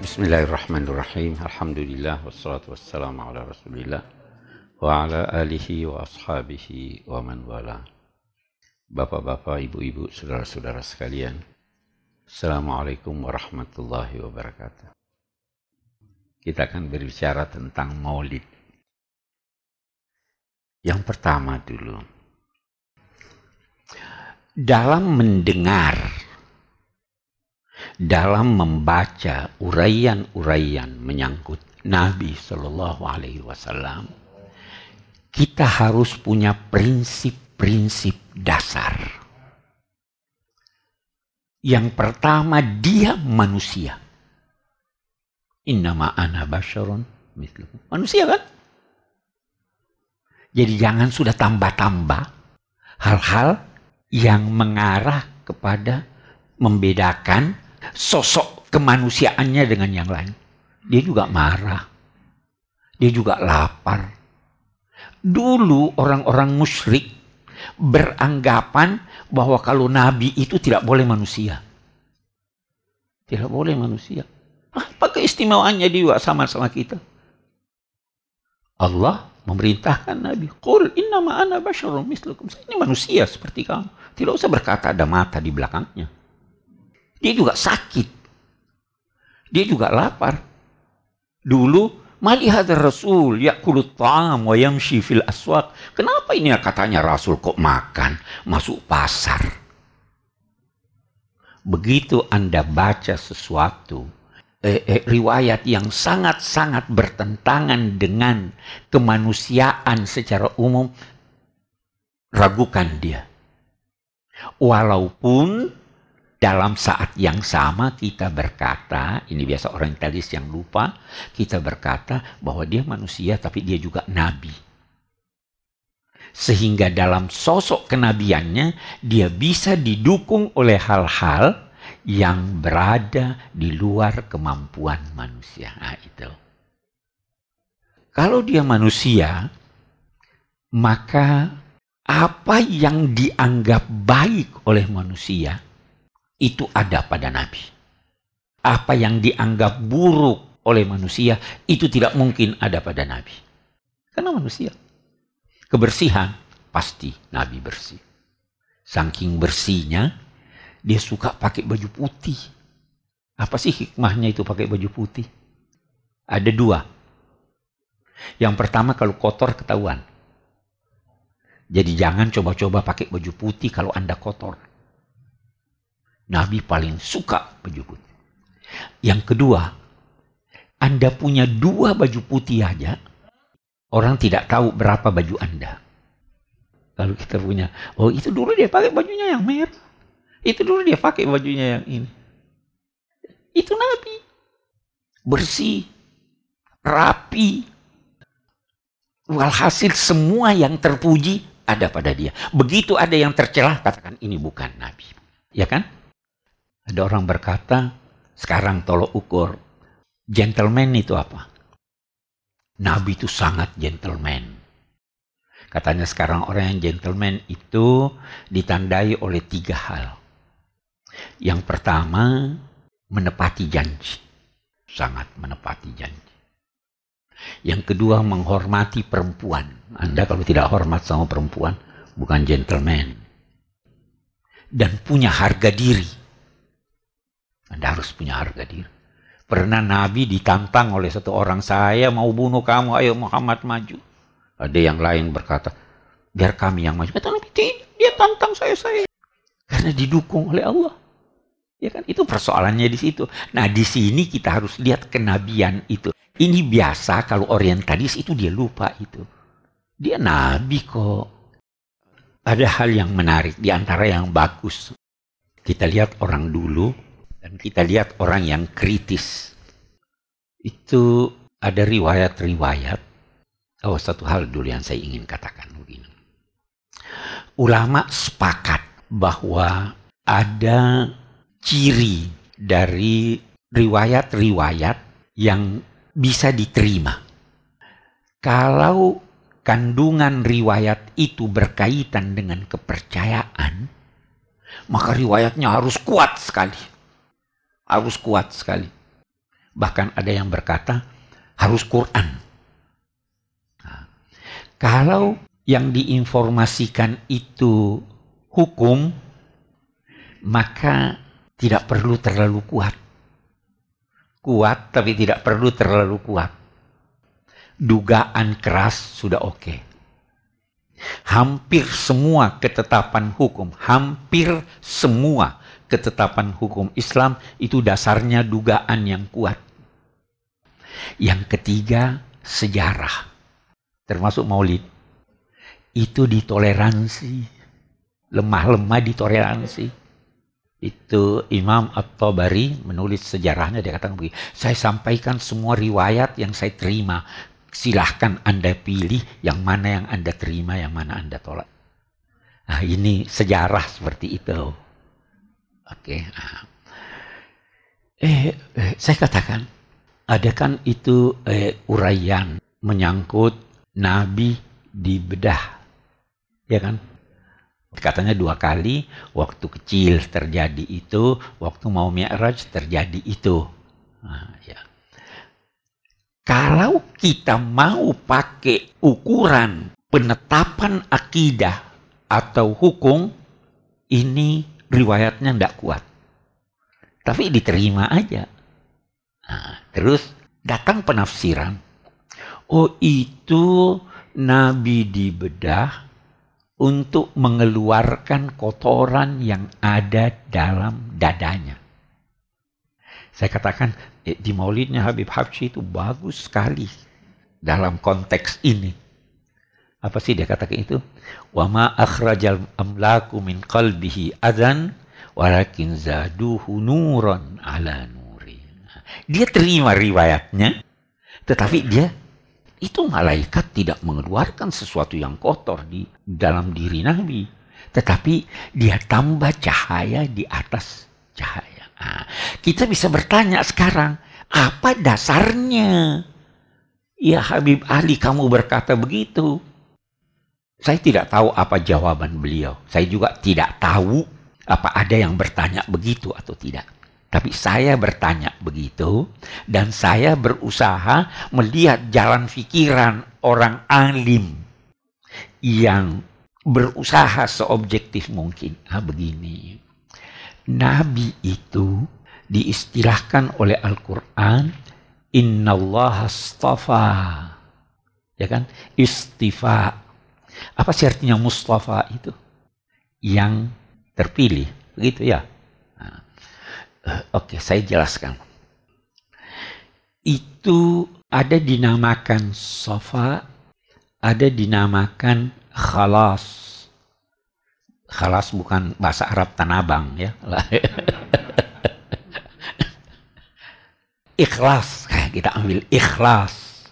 Bismillahirrahmanirrahim. Alhamdulillah wassalatu wassalamu ala Rasulillah wa ala alihi wa ashabihi wa man wala. Bapak-bapak, ibu-ibu, saudara-saudara sekalian, Assalamualaikum warahmatullahi wabarakatuh. Kita akan berbicara tentang Maulid. Yang pertama dulu, dalam mendengar, dalam membaca uraian-uraian menyangkut Nabi Shallallahu Alaihi Wasallam, kita harus punya prinsip-prinsip dasar. Yang pertama, dia manusia. Innama ana basyarun mithlukum. Manusia kan? Jadi jangan sudah tambah-tambah hal-hal yang mengarah kepada membedakan sosok kemanusiaannya dengan yang lain. Dia juga marah. Dia juga lapar. Dulu orang-orang musyrik beranggapan bahwa kalau Nabi itu tidak boleh manusia. Tidak boleh manusia. Apa keistimewaannya dia sama-sama kita? Allah memerintahkan Nabi, "Qul innama ana basyarun mislukum." Saya ini manusia seperti kamu. Tidak usah berkata ada mata di belakangnya. Dia juga sakit. Dia juga lapar. Dulu, mali hadzal rasul ya'kulut ta'am wa yamshi fil aswaq. Kenapa ini katanya Rasul kok makan, masuk pasar? Begitu Anda baca sesuatu, riwayat yang sangat-sangat bertentangan dengan kemanusiaan secara umum, ragukan dia. Walaupun dalam saat yang sama kita berkata, ini biasa orientalis yang lupa, kita berkata bahwa dia manusia tapi dia juga nabi. Sehingga dalam sosok kenabiannya dia bisa didukung oleh hal-hal yang berada di luar kemampuan manusia. Nah, itu. Kalau dia manusia, maka apa yang dianggap baik oleh manusia itu ada pada Nabi. Apa yang dianggap buruk oleh manusia itu tidak mungkin ada pada Nabi. Karena manusia. Kebersihan pasti Nabi bersih. Saking bersihnya dia suka pakai baju putih. Apa sih hikmahnya itu pakai baju putih? Ada dua. Yang pertama, kalau kotor ketahuan. Jadi jangan coba-coba pakai baju putih kalau Anda kotor. Nabi paling suka baju putih. Yang kedua, Anda punya dua baju putih aja, orang tidak tahu berapa baju Anda. Kalau kita punya, oh itu dulu dia pakai bajunya yang merah. Itu dulu dia pakai bajunya yang ini. Itu Nabi. Bersih, rapi. Walhasil semua yang terpuji ada pada dia. Begitu ada yang tercelah, katakan ini bukan Nabi. Ya kan? Ada orang berkata, sekarang tolok ukur, gentleman itu apa? Nabi itu sangat gentleman. Katanya sekarang orang yang gentleman itu ditandai oleh 3 hal. Yang pertama, menepati janji. Sangat menepati janji. Yang kedua, menghormati perempuan. Anda kalau tidak hormat sama perempuan, bukan gentleman. Dan punya harga diri. Anda harus punya harga diri. Pernah Nabi ditantang oleh satu orang, saya mau bunuh kamu, ayo Muhammad maju. Ada yang lain berkata, biar kami yang maju. Kata Nabi, dia tantang saya. Karena didukung oleh Allah. Ya kan? Itu persoalannya di situ. Nah, di sini kita harus lihat kenabian itu. Ini biasa kalau orientalis itu dia lupa itu. Dia Nabi kok. Ada hal yang menarik di antara yang bagus. Kita lihat orang dulu. Dan kita lihat orang yang kritis. Itu ada riwayat-riwayat. Oh, satu hal dulu yang saya ingin katakan begini. Ulama sepakat bahwa ada ciri dari riwayat-riwayat yang bisa diterima. Kalau kandungan riwayat itu berkaitan dengan kepercayaan, maka riwayatnya harus kuat sekali. Harus kuat sekali. Bahkan ada yang berkata harus Quran. Nah, kalau yang diinformasikan itu hukum, maka tidak perlu terlalu kuat. Kuat tapi tidak perlu terlalu kuat. Dugaan keras sudah oke. Hampir semua ketetapan hukum, hampir semua ketetapan hukum Islam itu dasarnya dugaan yang kuat. Yang ketiga, sejarah. Termasuk maulid. Itu ditoleransi. Lemah-lemah ditoleransi. Itu Imam At-Tabari menulis sejarahnya, dia katakan begini, saya sampaikan semua riwayat yang saya terima. Silahkan Anda pilih yang mana yang Anda terima, yang mana Anda tolak. Nah, ini sejarah seperti itu. Oke. Saya katakan, ada kan itu uraian menyangkut Nabi dibedah. Ya kan? Katanya 2 kali, waktu kecil terjadi itu, waktu mau Mi'raj terjadi itu. Nah, ya. Kalau kita mau pakai ukuran penetapan akidah atau hukum, ini riwayatnya tidak kuat. Tapi diterima aja. Nah, terus datang penafsiran. Oh, itu Nabi dibedah untuk mengeluarkan kotoran yang ada dalam dadanya. Saya katakan, di maulidnya Habib Habsyi itu bagus sekali dalam konteks ini. Apa sih dia katakan itu? Wa ma akhrajal amlaku min qalbihi adzan walakin zaduhu nuran ala nuri. Dia terima riwayatnya, tetapi dia itu malaikat tidak mengeluarkan sesuatu yang kotor di dalam diri Nabi, tetapi dia tambah cahaya di atas cahaya. Nah, kita bisa bertanya sekarang, apa dasarnya? Ya Habib Ali, kamu berkata begitu. Saya tidak tahu apa jawaban beliau. Saya juga tidak tahu apa ada yang bertanya begitu atau tidak. Tapi saya bertanya begitu dan saya berusaha melihat jalan pikiran orang alim yang berusaha seobjektif mungkin. Begini. Nabi itu diistilahkan oleh Al-Quran, innallaha astafa. Ya kan? Istifa. Apa sih artinya Mustafa itu? Yang terpilih. Begitu ya? Nah, oke, saya jelaskan. Itu ada dinamakan Safa, ada dinamakan Khalas. Khalas bukan bahasa Arab Tanabang ya. Ikhlas, kita ambil ikhlas.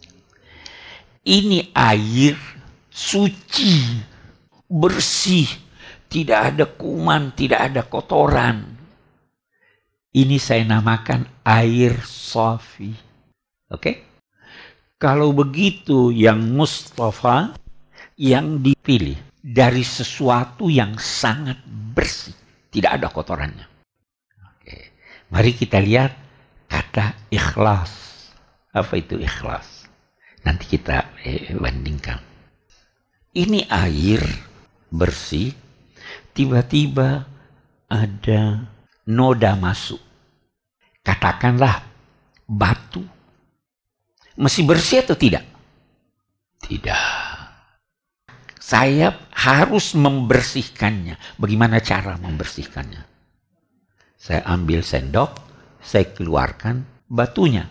Ini air suci, bersih, tidak ada kuman, tidak ada kotoran. Ini saya namakan air safi. Oke? Kalau begitu yang Mustafa, yang dipilih dari sesuatu yang sangat bersih, tidak ada kotorannya. Oke. Mari kita lihat kata ikhlas. Apa itu ikhlas? Nanti kita bandingkan. Ini air bersih, tiba-tiba ada noda masuk. Katakanlah batu. Masih bersih atau tidak? Tidak. Saya harus membersihkannya. Bagaimana cara membersihkannya? Saya ambil sendok, saya keluarkan batunya.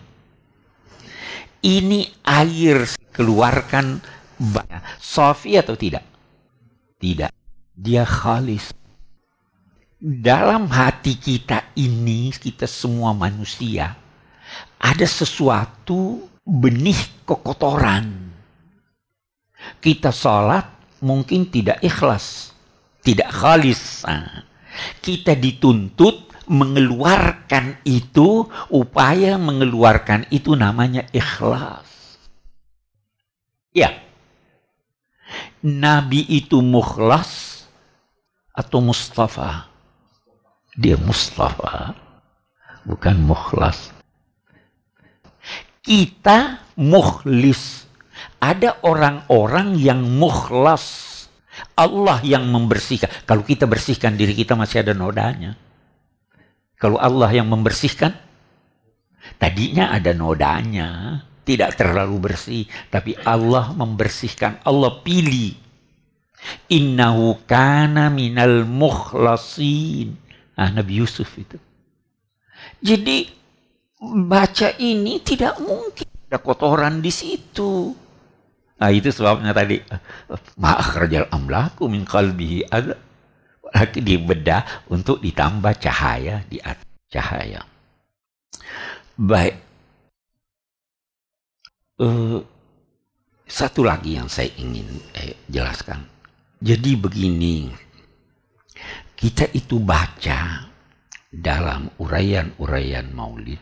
Ini air keluarkan safi atau tidak? Tidak. Dia khalis. Dalam hati kita ini, kita semua manusia, ada sesuatu benih kekotoran. Kita sholat, mungkin tidak ikhlas, tidak khalis. Kita dituntut mengeluarkan itu, upaya mengeluarkan itu namanya ikhlas. Ya, Nabi itu mukhlas atau Mustafa? Dia Mustafa, bukan mukhlas. Kita mukhlis. Ada orang-orang yang mukhlas. Allah yang membersihkan. Kalau kita bersihkan diri kita masih ada nodanya. Kalau Allah yang membersihkan, tadinya ada nodanya. Tidak terlalu bersih. Tapi Allah membersihkan. Allah pilih. Innahu kana minal mukhlasin. Nabi Yusuf itu. Jadi baca ini tidak mungkin ada kotoran di situ. Itu sebabnya tadi ma'akhrajal amlaku min qalbihi ada lagi dibedah untuk ditambah cahaya di atas cahaya. Baik. Satu lagi yang saya ingin jelaskan. Jadi begini, kita itu baca dalam uraian-uraian maulid.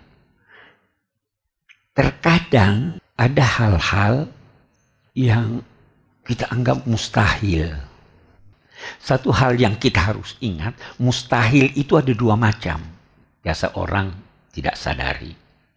Terkadang ada hal-hal yang kita anggap mustahil. Satu hal yang kita harus ingat, mustahil itu ada dua macam. Biasa orang tidak sadari.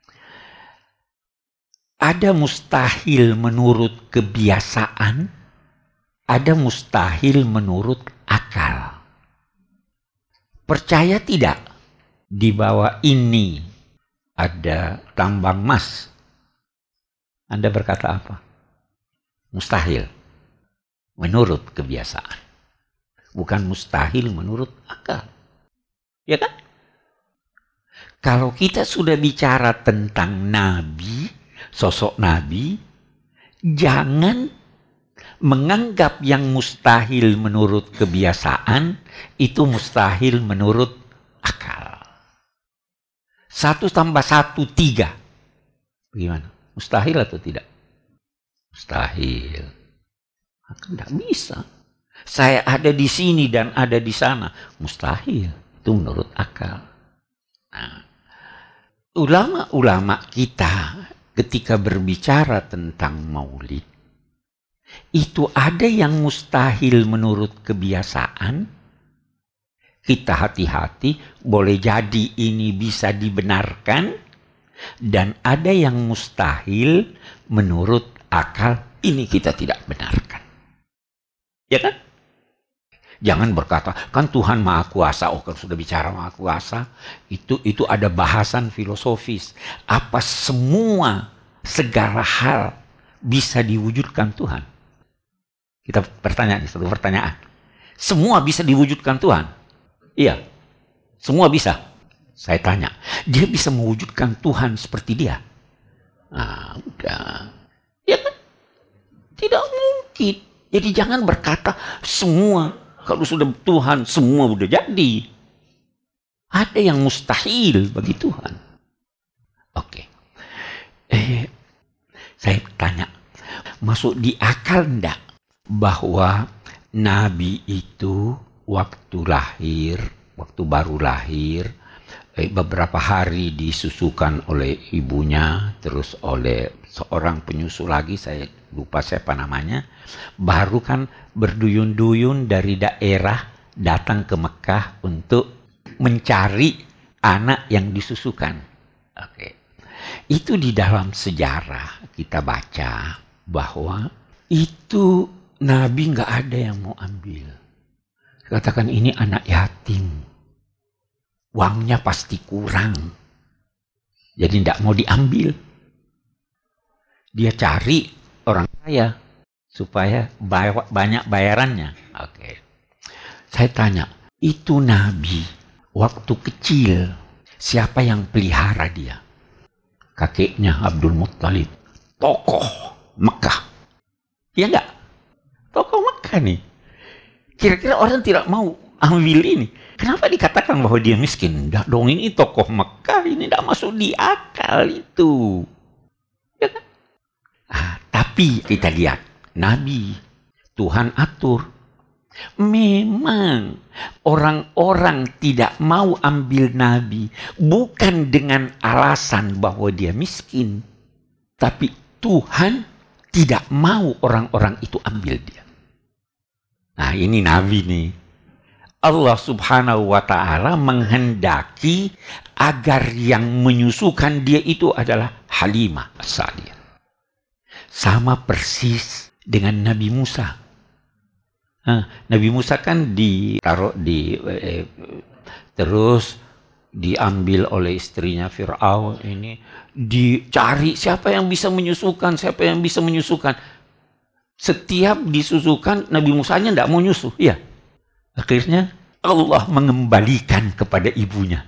Ada mustahil menurut kebiasaan, ada mustahil menurut akal. Percaya tidak? Di bawah ini ada tambang emas. Anda berkata apa? Mustahil menurut kebiasaan, bukan mustahil menurut akal, ya kan? Kalau kita sudah bicara tentang Nabi, sosok Nabi, jangan menganggap yang mustahil menurut kebiasaan itu mustahil menurut akal. 1 tambah 1 3. Bagaimana? Mustahil atau tidak? Mustahil. Tidak bisa. Saya ada di sini dan ada di sana. Mustahil. Itu menurut akal. Nah, ulama-ulama kita ketika berbicara tentang maulid, itu ada yang mustahil menurut kebiasaan. Kita hati-hati, boleh jadi ini bisa dibenarkan. Dan ada yang mustahil menurut akal, ini kita tidak benarkan. Ya kan? Jangan berkata, kan Tuhan Maha Kuasa. Oh, kalau sudah bicara Maha Kuasa, itu ada bahasan filosofis. Apa semua, segala hal bisa diwujudkan Tuhan? Kita bertanya nih, satu pertanyaan. Semua bisa diwujudkan Tuhan? Iya. Semua bisa. Saya tanya, dia bisa mewujudkan Tuhan seperti dia? Udah. Ya kan? Tidak mungkin. Jadi jangan berkata semua. Kalau sudah Tuhan, semua udah jadi. Ada yang mustahil bagi Tuhan. Oke. Saya tanya, masuk di akal enggak bahwa Nabi itu waktu lahir, waktu baru lahir, beberapa hari disusukan oleh ibunya, terus oleh seorang penyusu lagi, saya lupa siapa namanya, baru kan berduyun-duyun dari daerah datang ke Mekah untuk mencari anak yang disusukan. Oke. Itu di dalam sejarah kita baca bahwa itu Nabi nggak ada yang mau ambil. Katakan ini anak yatim. Uangnya pasti kurang. Jadi tidak mau diambil. Dia cari orang kaya supaya banyak bayarannya. Oke. Saya tanya, itu Nabi waktu kecil siapa yang pelihara dia? Kakeknya Abdul Muttalib, tokoh Mekah. Iya enggak? Tokoh Mekah nih. Kira-kira orang tidak mau ambil ini. Kenapa dikatakan bahwa dia miskin? Enggak dong, ini tokoh Mekah, ini tidak masuk di akal itu. Ya kan? Tapi kita lihat, Nabi, Tuhan atur. Memang orang-orang tidak mau ambil Nabi bukan dengan alasan bahwa dia miskin. Tapi Tuhan tidak mau orang-orang itu ambil dia. Nah ini Nabi nih. Allah Subhanahu wa Ta'ala menghendaki agar yang menyusukan dia itu adalah Halimah As-Sa'diyah. Sama persis dengan Nabi Musa. Nabi Musa kan ditaruh terus diambil oleh istrinya Fir'aun ini, dicari siapa yang bisa menyusukan. Setiap disusukan Nabi Musanya tidak mau nyusuh, ya. Akhirnya Allah mengembalikan kepada ibunya.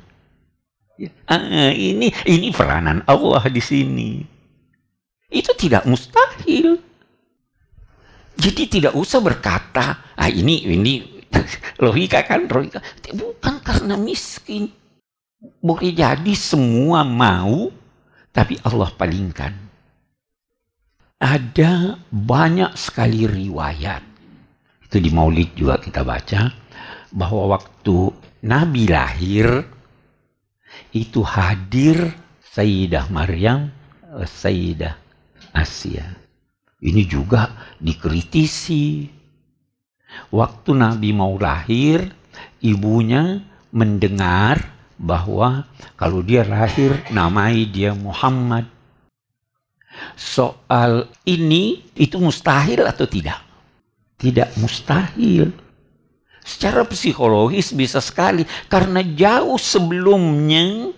Ini peranan Allah di sini. Itu tidak mustahil. Jadi tidak usah berkata, ini logika kan, logika. Bukan karena miskin. Boleh jadi semua mau, tapi Allah palingkan. Ada banyak sekali riwayat. Itu di Maulid juga kita baca, bahwa waktu Nabi lahir, itu hadir Sayyidah Maryam, Sayyidah Asya. Ini juga dikritisi. Waktu Nabi mau lahir, ibunya mendengar bahwa kalau dia lahir, namai dia Muhammad. Soal ini, itu mustahil atau tidak? Tidak mustahil. Secara psikologis bisa sekali. Karena jauh sebelumnya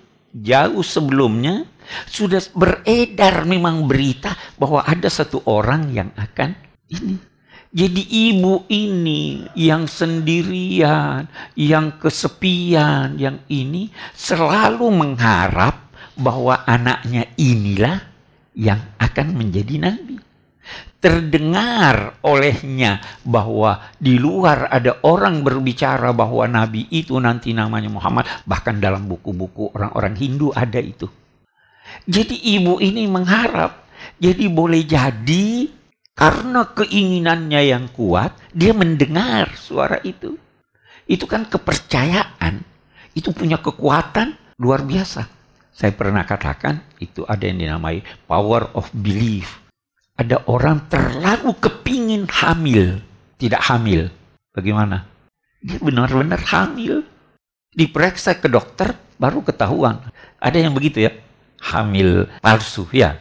sudah beredar memang berita bahwa ada satu orang yang akan ini. Jadi ibu ini yang sendirian, yang kesepian, yang ini selalu mengharap bahwa anaknya inilah yang akan menjadi nabi. Terdengar olehnya bahwa di luar ada orang berbicara bahwa nabi itu nanti namanya Muhammad. Bahkan dalam buku-buku orang-orang Hindu ada itu. Jadi ibu ini mengharap. Jadi boleh jadi karena keinginannya yang kuat, dia mendengar suara itu. Itu kan kepercayaan. Itu punya kekuatan luar biasa. Saya pernah katakan, itu ada yang dinamai power of belief. Ada orang terlalu kepingin hamil, tidak hamil. Bagaimana? Dia benar-benar hamil. Diperiksa ke dokter, baru ketahuan. Ada yang begitu ya, hamil palsu ya.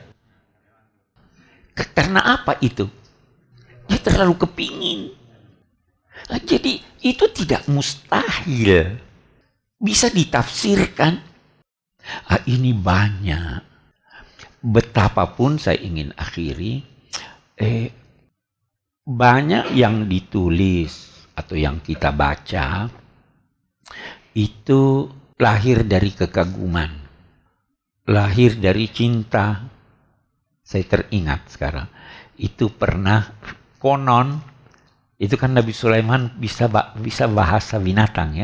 Karena apa itu? Dia terlalu kepingin. Jadi itu tidak mustahil. Bisa ditafsirkan. Ini banyak. Betapapun saya ingin akhiri, banyak yang ditulis atau yang kita baca itu lahir dari kekaguman, lahir dari cinta. Saya teringat sekarang, itu pernah konon, itu kan Nabi Sulaiman bisa bahasa binatang ya.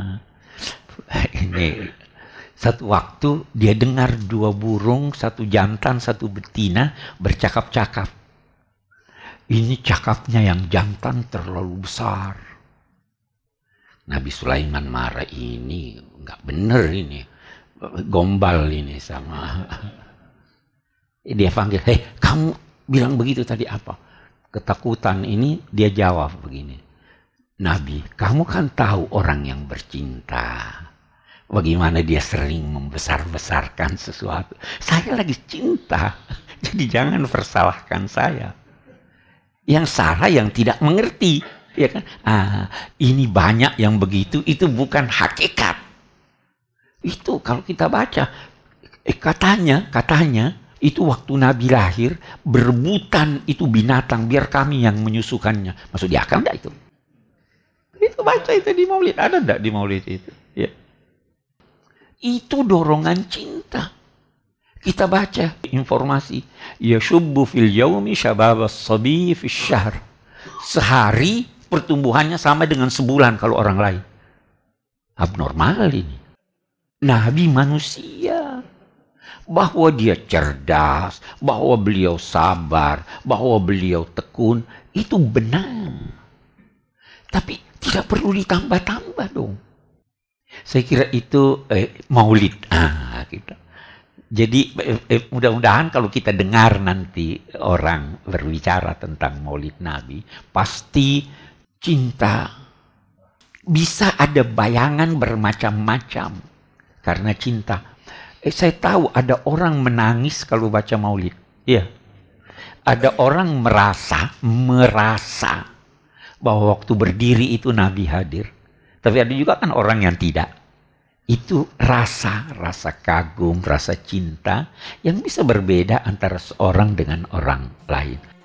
Ini satu waktu dia dengar dua burung, satu jantan, satu betina bercakap-cakap. Ini cakapnya yang jantan terlalu besar. Nabi Sulaiman marah, ini nggak bener ini, gombal ini sama. Dia panggil, kamu bilang begitu tadi apa? Ketakutan ini dia jawab begini, Nabi, kamu kan tahu orang yang bercinta. Bagaimana dia sering membesar-besarkan sesuatu. Saya lagi cinta. Jadi jangan persalahkan saya. Yang salah yang tidak mengerti. Ya kan? Ini banyak yang begitu. Itu bukan hakikat. Itu kalau kita baca. Katanya. Itu waktu Nabi lahir. Berebutan itu binatang. Biar kami yang menyusukannya. Maksud dia akal enggak itu? Itu baca itu di Maulid. Ada enggak di Maulid itu? Ya. Itu dorongan cinta. Kita baca informasi. Yashubbu fil yaumi syabab as-sabi fil syahr. Sehari pertumbuhannya sama dengan sebulan kalau orang lain. Abnormal ini. Nabi manusia. Bahwa dia cerdas. Bahwa beliau sabar. Bahwa beliau tekun. Itu benar. Tapi tidak perlu ditambah-tambah dong. Saya kira itu maulid. Gitu. Jadi mudah-mudahan kalau kita dengar nanti orang berbicara tentang maulid Nabi, pasti cinta Bisa ada bayangan bermacam-macam karena cinta. Saya tahu ada orang menangis kalau baca maulid. Iya. Ada orang merasa bahwa waktu berdiri itu Nabi hadir. Tapi ada juga kan orang yang tidak. Itu rasa kagum, rasa cinta yang bisa berbeda antara seorang dengan orang lain.